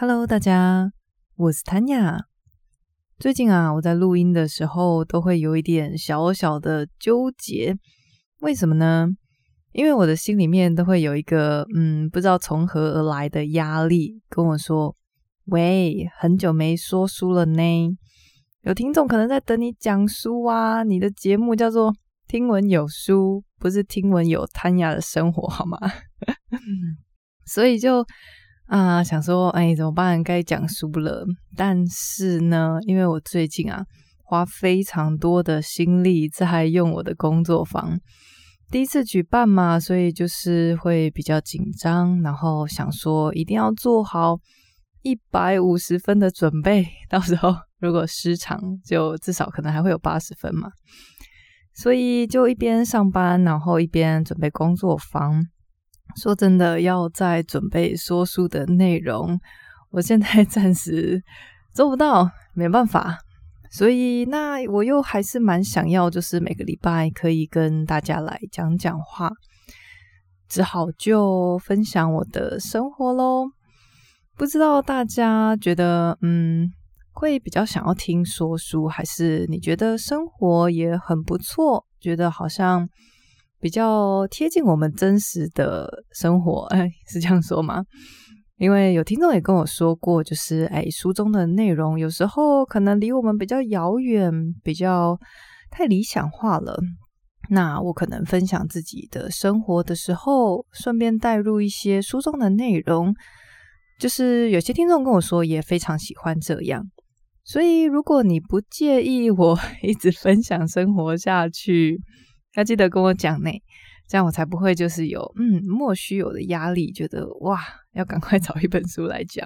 Hello， 大家，我是谭雅。最近我在录音的时候都会有一点小小的纠结，为什么呢？因为我的心里面都会有一个不知道从何而来的压力，跟我说，喂，很久没说书了呢。有听众可能在等你讲书啊，你的节目叫做听闻有书，不是听闻有谭雅的生活好吗？所以就想说怎么办，该讲书了。但是呢，因为我最近花非常多的心力在用我的工作坊，第一次举办嘛，所以就是会比较紧张，然后想说一定要做好150分的准备，到时候如果失常就至少可能还会有80分嘛。所以就一边上班，然后一边准备工作坊。说真的，要再准备说书的内容，我现在暂时做不到，没办法。所以那我又还是蛮想要，就是每个礼拜可以跟大家来讲讲话，只好就分享我的生活咯。不知道大家觉得会比较想要听说书，还是你觉得生活也很不错，觉得好像比较贴近我们真实的生活，是这样说吗？因为有听众也跟我说过，就是书中的内容有时候可能离我们比较遥远，比较太理想化了。那我可能分享自己的生活的时候，顺便带入一些书中的内容，就是有些听众跟我说也非常喜欢这样。所以如果你不介意我一直分享生活下去，要记得跟我讲呢，这样我才不会就是有莫须有的压力，觉得哇要赶快找一本书来讲。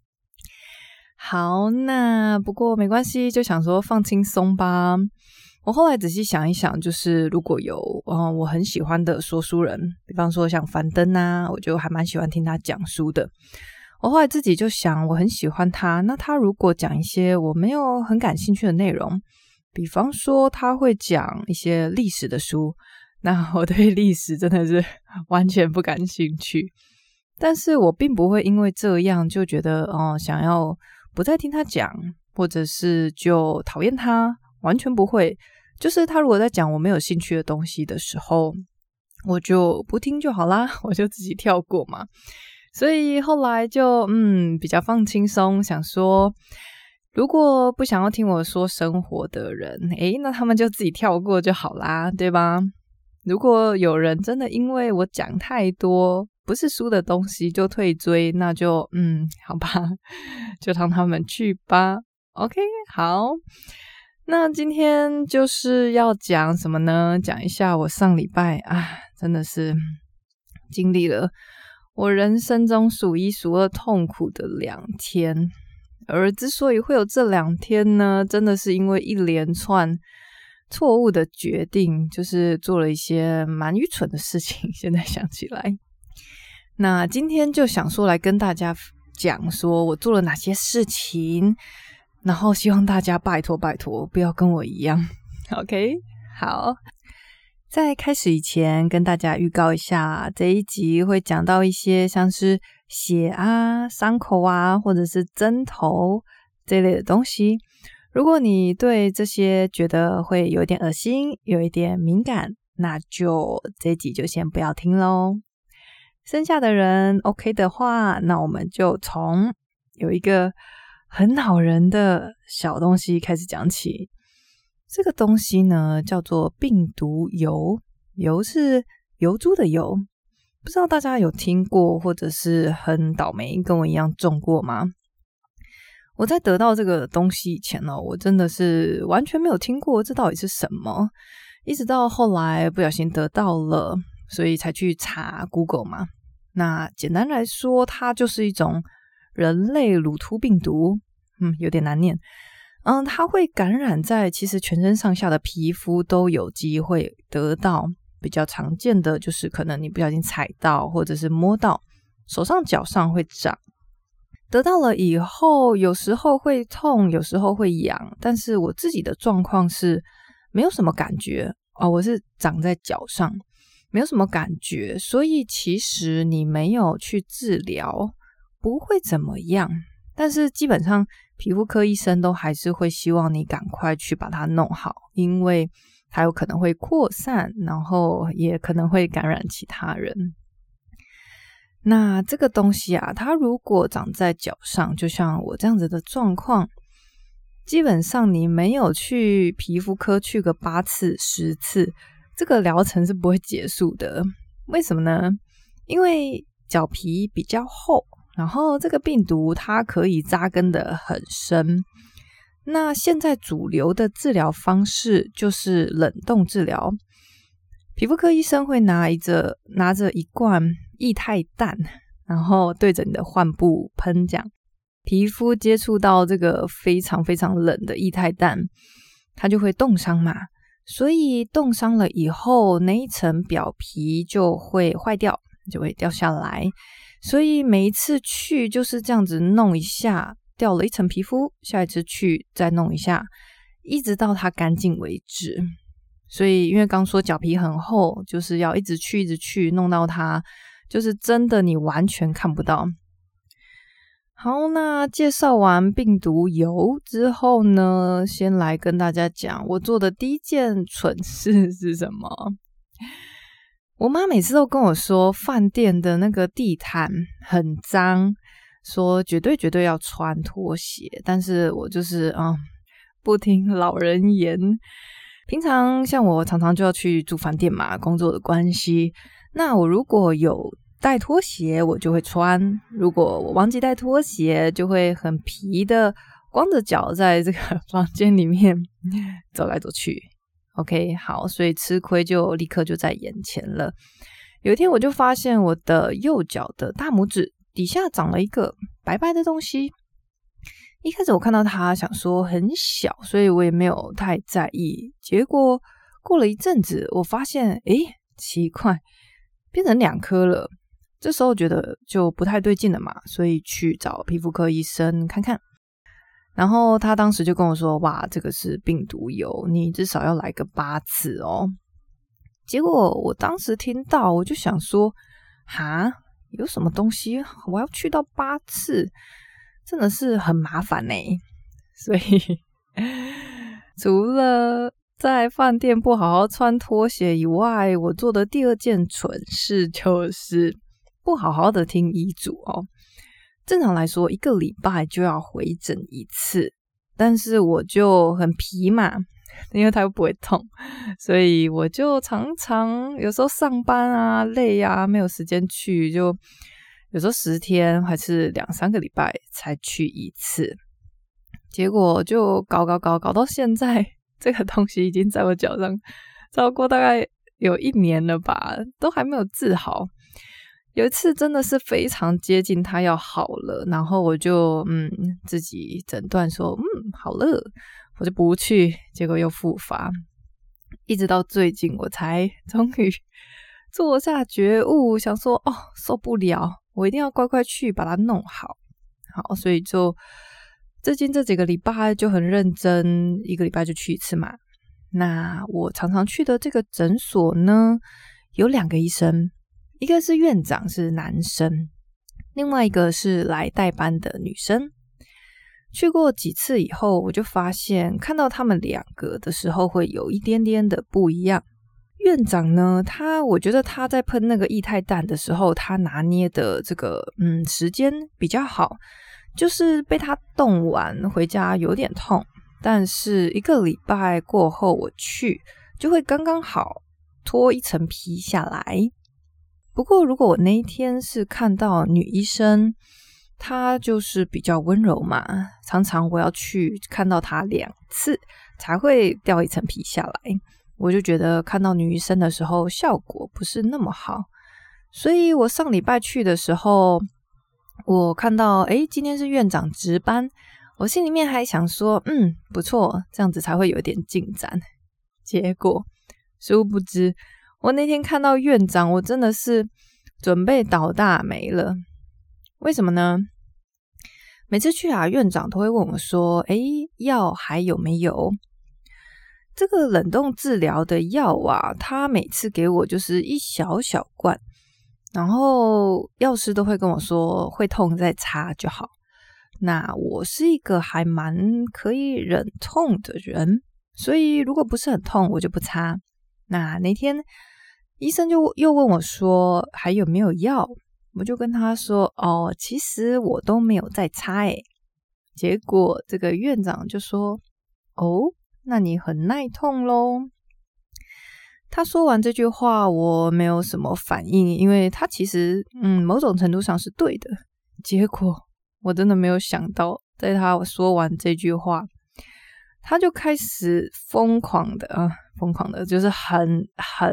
好，那不过没关系，就想说放轻松吧。我后来仔细想一想，就是如果有我很喜欢的说书人，比方说像樊登我就还蛮喜欢听他讲书的。我后来自己就想，我很喜欢他，那他如果讲一些我没有很感兴趣的内容，比方说他会讲一些历史的书，那我对历史真的是完全不感兴趣。但是我并不会因为这样就觉得想要不再听他讲，或者是就讨厌他，完全不会。就是他如果在讲我没有兴趣的东西的时候，我就不听就好啦，我就自己跳过嘛。所以后来就比较放轻松，想说如果不想要听我说生活的人，那他们就自己跳过就好啦，对吧？如果有人真的因为我讲太多不是书的东西就退追，那就好吧，就让他们去吧。 OK， 好，那今天就是要讲什么呢？讲一下我上礼拜真的是经历了我人生中数一数二痛苦的2天。而之所以会有这2天呢，真的是因为一连串错误的决定，就是做了一些蛮愚蠢的事情，现在想起来。那今天就想说来跟大家讲说我做了哪些事情，然后希望大家拜托不要跟我一样。 OK， 好，在开始以前跟大家预告一下，这一集会讲到一些像是血伤口或者是针头这类的东西。如果你对这些觉得会有一点恶心，有一点敏感，那就这一集就先不要听咯。剩下的人 OK 的话，那我们就从有一个很恼人的小东西开始讲起。这个东西呢叫做病毒疣，疣是疣猪的疣，不知道大家有听过或者是很倒霉跟我一样中过吗？我在得到这个东西以前我真的是完全没有听过这到底是什么，一直到后来不小心得到了，所以才去查 Google 嘛。那简单来说，它就是一种人类乳突病毒，有点难念。它会感染在其实全身上下的皮肤都有机会得到，比较常见的就是可能你不小心踩到或者是摸到，手上脚上会长。得到了以后有时候会痛，有时候会痒，但是我自己的状况是没有什么感觉我是长在脚上，没有什么感觉，所以其实你没有去治疗不会怎么样。 但是基本上皮肤科医生都还是会希望你赶快去把它弄好，因为它有可能会扩散，然后也可能会感染其他人。那这个东西啊，它如果长在脚上，就像我这样子的状况，基本上你没有去皮肤科去个8次10次，这个疗程是不会结束的。为什么呢？因为脚皮比较厚，然后这个病毒它可以扎根得很深。那现在主流的治疗方式就是冷冻治疗，皮肤科医生会拿着一罐液态氮，然后对着你的患部喷这样，皮肤接触到这个非常非常冷的液态氮，它就会冻伤嘛，所以冻伤了以后，那一层表皮就会坏掉，就会掉下来，所以每一次去就是这样子弄一下，掉了一层皮肤，下一次去再弄一下，一直到它干净为止。所以因为刚说脚皮很厚，就是要一直去弄到它就是真的你完全看不到。好，那介绍完病毒疣之后呢，先来跟大家讲我做的第一件蠢事是什么。我妈每次都跟我说饭店的那个地毯很脏，说绝对要穿拖鞋，但是我就是不听老人言。平常像我常常就要去住饭店嘛，工作的关系，那我如果有带拖鞋我就会穿，如果我忘记带拖鞋就会很皮的光着脚在这个房间里面走来走去。 OK， 好，所以吃亏就立刻就在眼前了。有一天我就发现我的右脚的大拇指底下长了一个白白的东西，一开始我看到它想说很小，所以我也没有太在意，结果过了一阵子我发现奇怪，变成2颗了。这时候觉得就不太对劲了嘛，所以去找皮肤科医生看看。然后他当时就跟我说，哇，这个是病毒疣，你至少要来个8次哦。结果我当时听到我就想说，哈，有什么东西我要去到8次，真的是很麻烦耶。所以除了在饭店不好好穿拖鞋以外，我做的第2件蠢事就是不好好的听医嘱哦。正常来说1个礼拜就要回诊1次，但是我就很皮嘛，因为它又不会痛，所以我就常常有时候上班啊累啊没有时间去，就有时候10天还是2-3个礼拜才去1次。结果就搞到现在，这个东西已经在我脚上超过大概有1年了吧，都还没有治好。有一次真的是非常接近它要好了，然后我就自己诊断说好了，我就不去，结果又复发，一直到最近我才终于做下觉悟，想说受不了，我一定要乖乖去把它弄好。好，所以就最近这几个礼拜就很认真，1个礼拜就去1次嘛。那我常常去的这个诊所呢，有2个医生，一个是院长是男生，另外一个是来代班的女生。去过几次以后，我就发现看到他们2个的时候会有一点点的不一样。院长呢，我觉得他在喷那个液态氮的时候，他拿捏的这个时间比较好，就是被他冻完回家有点痛，但是1个礼拜过后我去就会刚刚好脱一层皮下来。不过如果我那一天是看到女医生，她就是比较温柔嘛，常常我要去看到她2次才会掉一层皮下来，我就觉得看到女医生的时候效果不是那么好。所以我上礼拜去的时候，我看到今天是院长值班，我心里面还想说不错，这样子才会有点进展。结果殊不知我那天看到院长，我真的是准备倒大霉了。为什么呢？每次去院长都会问我说药还有没有。这个冷冻治疗的药他每次给我就是一小小罐，然后药师都会跟我说会痛再擦就好。 那我是一个还蛮可以忍痛的人，所以如果不是很痛我就不擦。那天医生就又问我说还有没有药，我就跟他说其实我都没有在擦耶。结果这个院长就说那你很耐痛咯。他说完这句话我没有什么反应，因为他其实某种程度上是对的。结果我真的没有想到，在他说完这句话，他就开始疯狂的就是很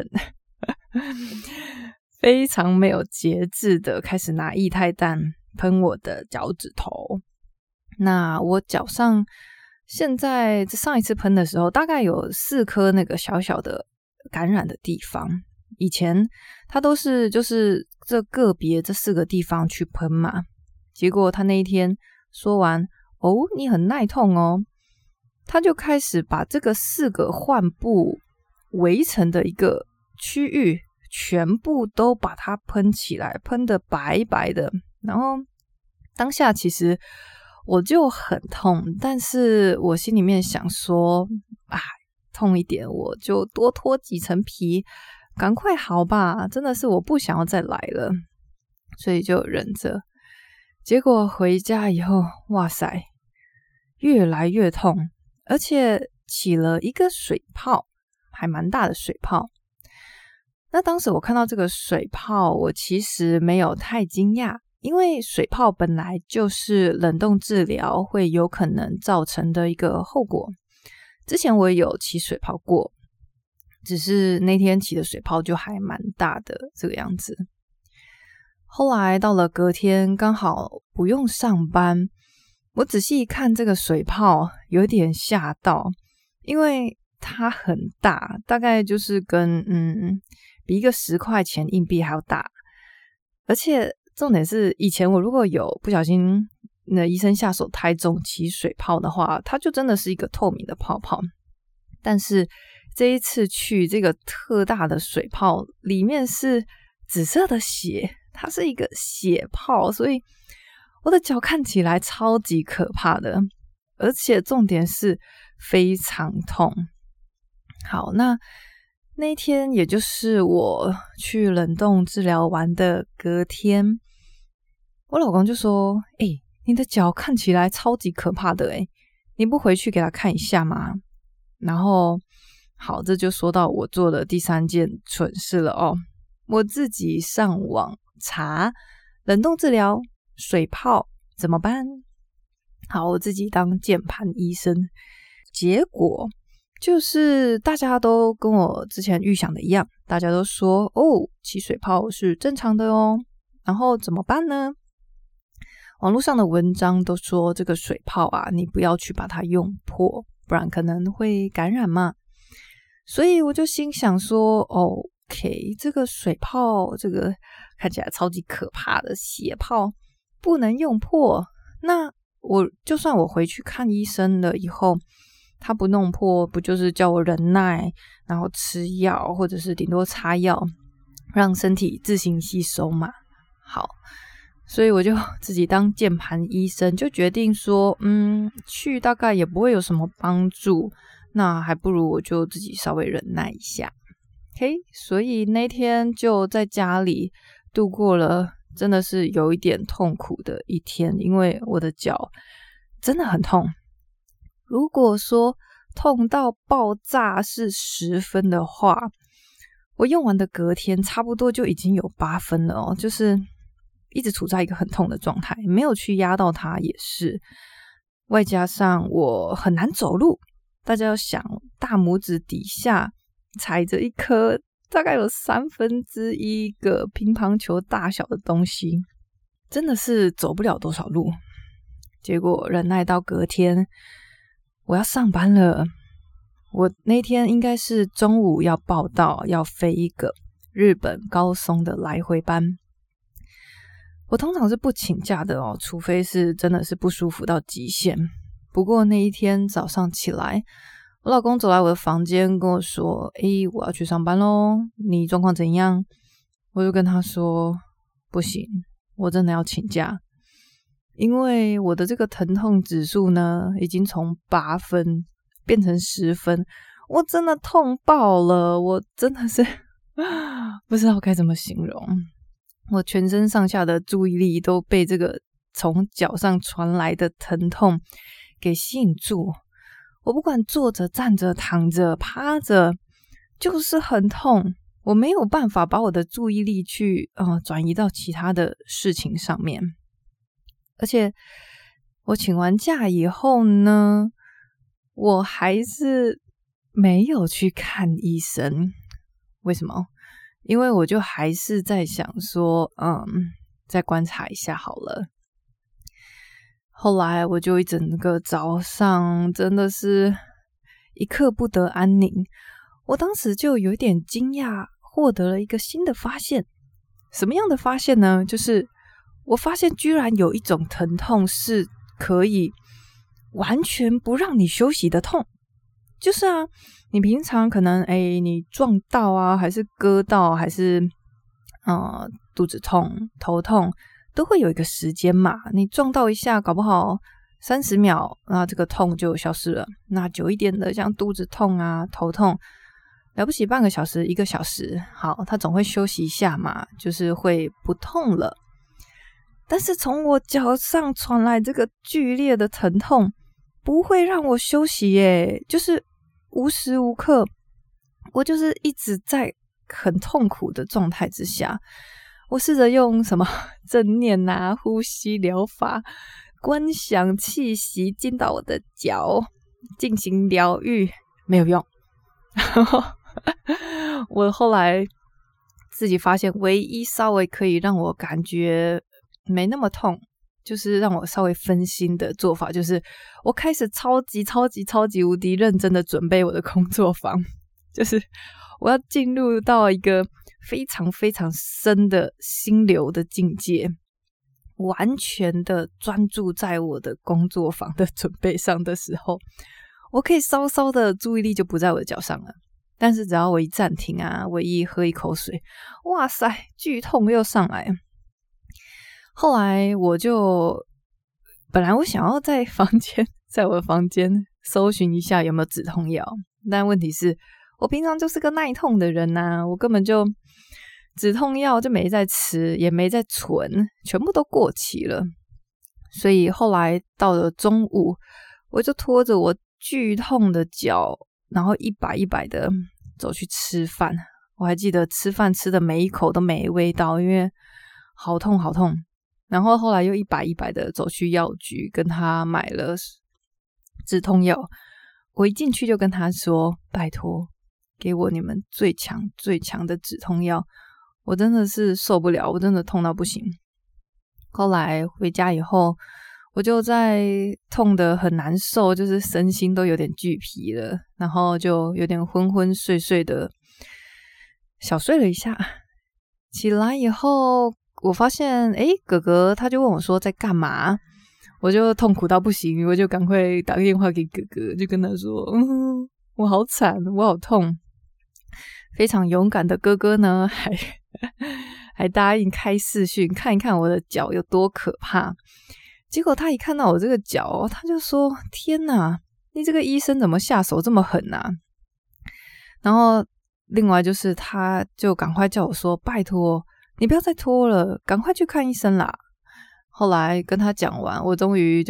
非常没有节制的开始拿液态氮喷我的脚趾头。那我脚上现在上一次喷的时候大概有4颗那个小小的感染的地方，以前他都是就是这个别这4个地方去喷嘛。结果他那一天说完你很耐痛哦，他就开始把这个4个患部围成的一个区域全部都把它喷起来，喷得白白的。然后当下其实我就很痛，但是我心里面想说痛一点我就多脱几层皮，赶快好吧，真的是我不想要再来了，所以就忍着。结果回家以后，哇塞，越来越痛，而且起了一个水泡，还蛮大的水泡。那当时我看到这个水泡，我其实没有太惊讶，因为水泡本来就是冷冻治疗会有可能造成的一个后果。之前我也有起水泡过，只是那天起的水泡就还蛮大的这个样子。后来到了隔天刚好不用上班，我仔细一看这个水泡有点吓到，因为它很大，大概就是跟比一个10块钱硬币还要大。而且重点是以前我如果有不小心那医生下手太重起水泡的话，它就真的是一个透明的泡泡。但是这一次去这个特大的水泡里面是紫色的血，它是一个血泡，所以我的脚看起来超级可怕的，而且重点是非常痛。好，那一天也就是我去冷冻治疗完的隔天，我老公就说你的脚看起来超级可怕的你不回去给他看一下吗？然后好，这就说到我做的第3件蠢事了我自己上网查冷冻治疗水泡怎么办。好，我自己当键盘医生，结果就是大家都跟我之前预想的一样，大家都说起水泡是正常的然后怎么办呢？网络上的文章都说这个水泡你不要去把它用破，不然可能会感染嘛。所以我就心想说OK， 这个水泡这个看起来超级可怕的血泡不能用破，那就算我回去看医生了以后，他不弄破，不就是叫我忍耐，然后吃药，或者是顶多擦药，让身体自行吸收嘛。好，所以我就自己当键盘医生，就决定说去大概也不会有什么帮助，那还不如我就自己稍微忍耐一下。OK， 所以那天就在家里度过了真的是有一点痛苦的一天，因为我的脚真的很痛。如果说痛到爆炸是10分的话，我用完的隔天差不多就已经有8分了就是一直处在一个很痛的状态，没有去压到它也是。外加上我很难走路，大家要想大拇指底下踩着一颗大概有1/3个乒乓球大小的东西，真的是走不了多少路。结果忍耐到隔天我要上班了，我那天应该是中午要报到，要飞一个日本高松的来回班。我通常是不请假的除非是真的是不舒服到极限。不过那一天早上起来，我老公走来我的房间跟我说我要去上班咯，你状况怎样？我就跟他说不行，我真的要请假。 因为我的这个疼痛指数呢，已经从8分变成10分，我真的痛爆了，我真的是不知道该怎么形容，我全身上下的注意力都被这个从脚上传来的疼痛给吸引住，我不管坐着、站着、躺着、趴着，就是很痛，我没有办法把我的注意力去转移到其他的事情上面。而且我请完假以后呢，我还是没有去看医生。为什么？因为我就还是在想说再观察一下好了。后来我就一整个早上真的是一刻不得安宁，我当时就有点惊讶，获得了一个新的发现。什么样的发现呢？就是我发现居然有一种疼痛是可以完全不让你休息的痛。就是你平常可能你撞到还是割到还是肚子痛头痛都会有一个时间嘛，你撞到一下搞不好30秒，那这个痛就消失了。那久一点的像肚子痛头痛，了不起半个小时1个小时，好，它总会休息一下嘛，就是会不痛了。但是从我脚上传来这个剧烈的疼痛不会让我休息耶，就是无时无刻我就是一直在很痛苦的状态之下。我试着用什么正念呼吸疗法、观想气息进到我的脚进行疗愈，没有用。我后来自己发现唯一稍微可以让我感觉没那么痛，就是让我稍微分心的做法，就是我开始超级无敌认真的准备我的工作坊，就是我要进入到一个非常非常深的心流的境界，完全的专注在我的工作坊的准备上的时候，我可以稍稍的注意力就不在我的脚上了。但是只要我一暂停我一喝一口水，哇塞，剧痛又上来。后来本来我想要在我的房间搜寻一下有没有止痛药，但问题是我平常就是个耐痛的人我根本就止痛药就没在吃，也没在存，全部都过期了。所以后来到了中午，我就拖着我剧痛的脚，然后一摆的走去吃饭。我还记得吃饭吃的每一口都没味道，因为好痛。然后后来又一摆的走去药局，跟他买了止痛药。我一进去就跟他说，拜托给我你们最强的止痛药，我真的是受不了，我真的痛到不行。后来回家以后，我就在痛得很难受，就是身心都有点俱疲了，然后就有点昏昏睡睡的小睡了一下。起来以后我发现哥哥他就问我说在干嘛，我就痛苦到不行，我就赶快打个电话给哥哥，就跟他说我好惨，我好痛。非常勇敢的哥哥呢还答应开视讯看一看我的脚有多可怕。结果他一看到我这个脚，他就说天哪，你这个医生怎么下手这么狠然后另外就是他就赶快叫我说，拜托你不要再拖了，赶快去看医生啦。后来跟他讲完，我终于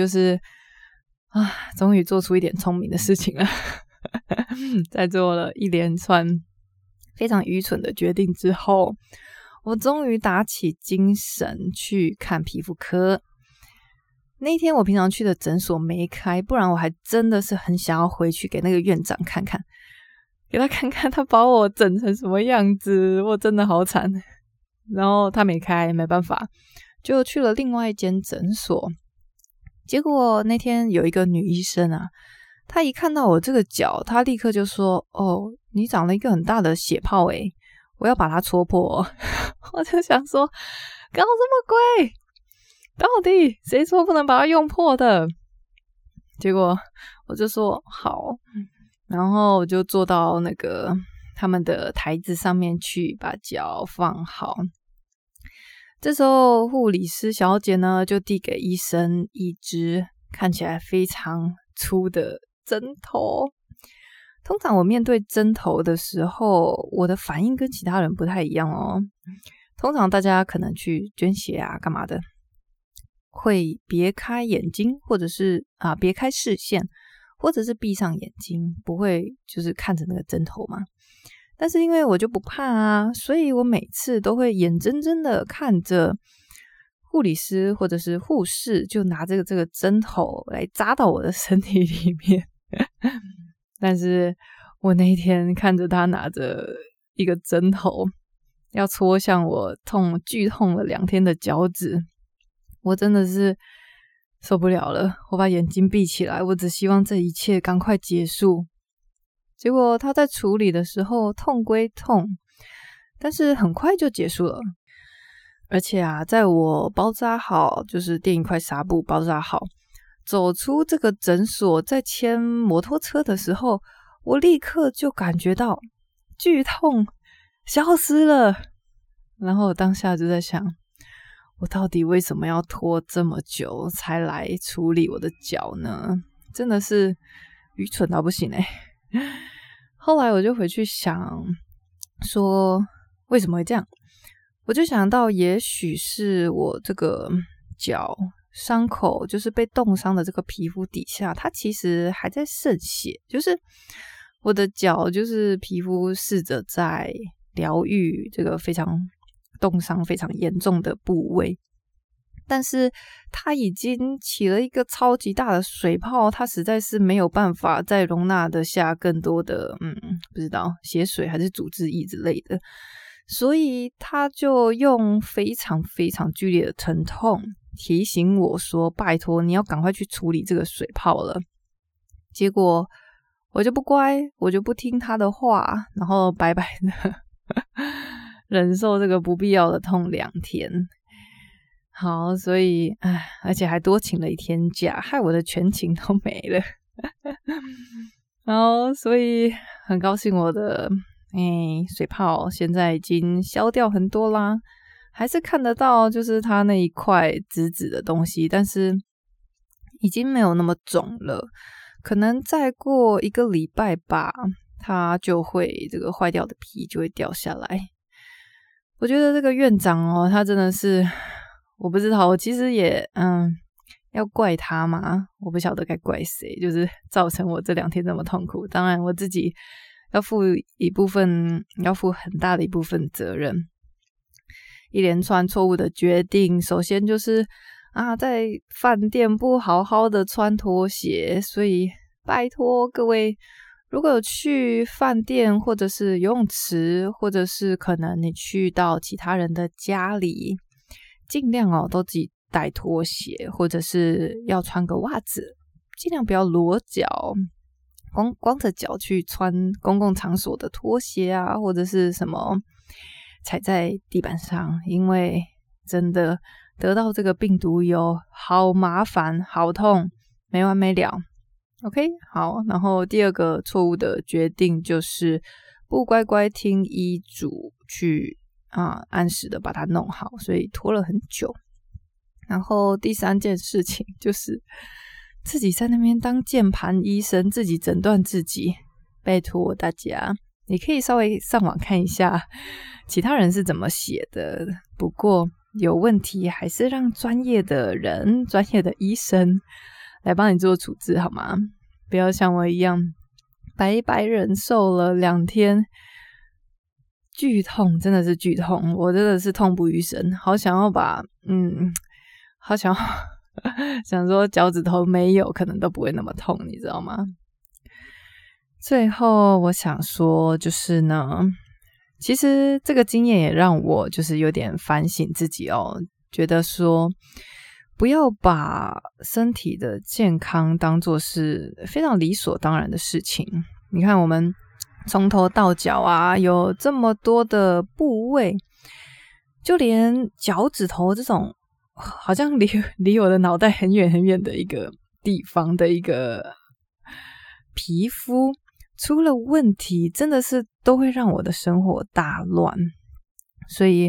做出一点聪明的事情了在做了一连串非常愚蠢的决定之后，我终于打起精神去看皮肤科。那一天我平常去的诊所没开，不然我还真的是很想要回去给那个院长看看，给他看看他把我整成什么样子，我真的好惨。然后他没开，没办法，就去了另外一间诊所。结果那天有一个女医生她一看到我这个脚，她立刻就说，你长了一个很大的血泡我要把它戳破我就想说搞这么贵，到底谁说不能把它用破的？结果我就说好，然后我就坐到那个他们的台子上面去，把脚放好。 这时候护理师小姐呢就递给医生一支看起来非常粗的针头。通常我面对针头的时候，我的反应跟其他人不太一样哦。通常大家可能去捐血啊干嘛的，会别开眼睛，或者是别开视线，或者是闭上眼睛，不会就是看着那个针头嘛。但是因为我就不怕啊，所以我每次都会眼睁睁的看着护理师或者是护士就拿这个针头来扎到我的身体里面。但是我那一天看着他拿着一个针头要戳向我剧痛了2天的脚趾，我真的是受不了了，我把眼睛闭起来，我只希望这一切赶快结束。结果他在处理的时候痛归痛，但是很快就结束了。而且在我包扎好，就是垫一块纱布包扎好，走出这个诊所，在牵摩托车的时候，我立刻就感觉到剧痛消失了。然后我当下就在想，我到底为什么要拖这么久才来处理我的脚呢？真的是愚蠢到不行后来我就回去想说为什么会这样，我就想到也许是我这个脚伤口，就是被冻伤的这个皮肤底下，它其实还在渗血，就是我的脚就是皮肤试着在疗愈这个非常冻伤非常严重的部位，但是它已经起了一个超级大的水泡，它实在是没有办法再容纳得下更多的不知道血水还是组织液之类的，所以他就用非常非常剧烈的疼痛提醒我说，拜托你要赶快去处理这个水泡了。结果我就不乖，我就不听他的话，然后白白的忍受这个不必要的痛2天。好，所以而且还多请了1天假，害我的全勤都没了。然后所以很高兴我的水泡现在已经消掉很多啦，还是看得到就是它那一块紫紫的东西，但是已经没有那么肿了，可能再过1个礼拜吧，它就会这个坏掉的皮就会掉下来。我觉得这个院长他真的是，我不知道，我其实也要怪他吗？我不晓得该怪谁，就是造成我这2天这么痛苦。当然我自己要负很大的一部分责任。一连串错误的决定，首先就是在饭店不好好的穿拖鞋，所以拜托各位，如果有去饭店或者是游泳池，或者是可能你去到其他人的家里，尽量都自己带拖鞋，或者是要穿个袜子，尽量不要裸脚，光着脚去穿公共场所的拖鞋啊，或者是什么踩在地板上，因为真的得到这个病毒好麻烦好痛没完没了。 OK 好，然后第2个错误的决定就是不乖乖听医嘱去按时的把它弄好，所以拖了很久。然后第3件事情就是自己在那边当键盘医生，自己诊断自己。拜托大家，你可以稍微上网看一下其他人是怎么写的，不过有问题还是让专业的人、专业的医生来帮你做处置好吗？不要像我一样白白忍受了2天剧痛，真的是剧痛，我真的是痛不欲生，好想要想说脚趾头没有可能都不会那么痛，你知道吗？最后我想说就是呢，其实这个经验也让我就是有点反省自己觉得说不要把身体的健康当作是非常理所当然的事情。你看我们从头到脚有这么多的部位，就连脚趾头这种好像离我的脑袋很远很远的一个地方的一个皮肤出了问题，真的是都会让我的生活大乱。所以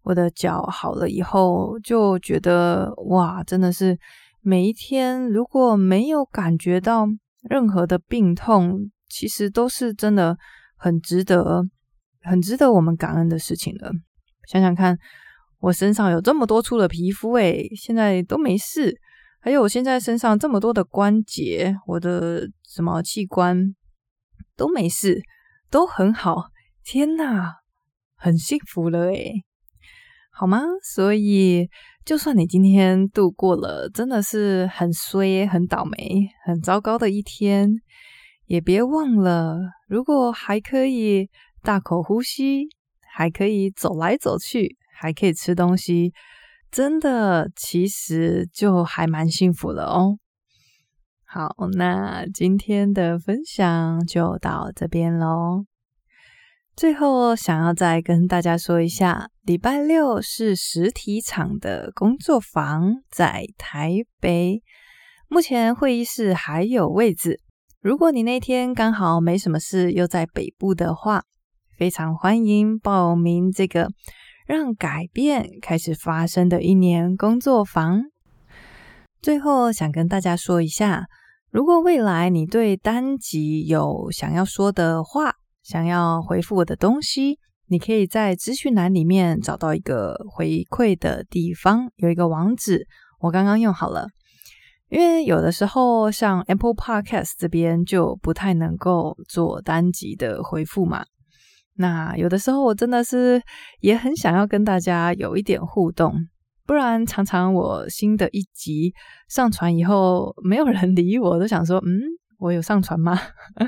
我的脚好了以后，就觉得哇，真的是每一天如果没有感觉到任何的病痛，其实都是真的很值得我们感恩的事情了。想想看，我身上有这么多处的皮肤现在都没事，还有我现在身上这么多的关节，我的什么器官都没事，都很好，天哪，很幸福了好吗？所以就算你今天度过了真的是很衰、很倒霉、很糟糕的一天，也别忘了，如果还可以大口呼吸，还可以走来走去，还可以吃东西，真的其实就还蛮幸福了哦。好，那今天的分享就到这边咯。最后想要再跟大家说一下，礼拜六是实体场的工作坊，在台北，目前会议室还有位置，如果你那天刚好没什么事又在北部的话，非常欢迎报名这个让改变开始发生的一年工作坊。最后想跟大家说一下，如果未来你对单集有想要说的话，想要回复我的东西，你可以在资讯栏里面找到一个回馈的地方，有一个网址，我刚刚用好了。因为有的时候像 Apple Podcast 这边就不太能够做单集的回复嘛，那有的时候我真的是也很想要跟大家有一点互动，不然常常我新的一集上传以后没有人理我，都想说我有上传吗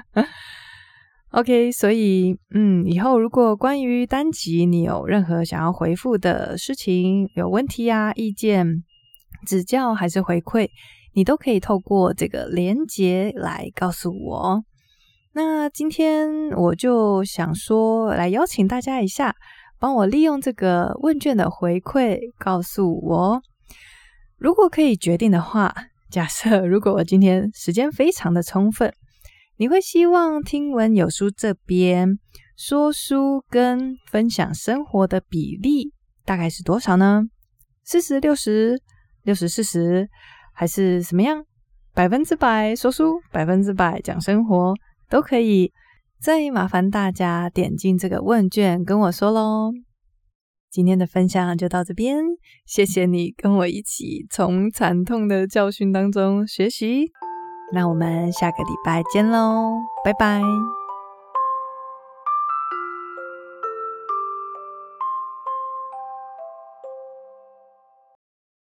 OK， 所以以后如果关于单集你有任何想要回复的事情，有问题啊、意见、指教还是回馈，你都可以透过这个连结来告诉我。那今天我就想说来邀请大家一下，帮我利用这个问卷的回馈告诉我，如果可以决定的话，假设如果我今天时间非常的充分，你会希望听闻有书这边说书跟分享生活的比例大概是多少呢？40、60、60、40，还是什么样？100%说书，100%讲生活，都可以。再麻烦大家点进这个问卷跟我说咯。今天的分享就到这边，谢谢你跟我一起从惨痛的教训当中学习。那我们下个礼拜见咯，拜拜。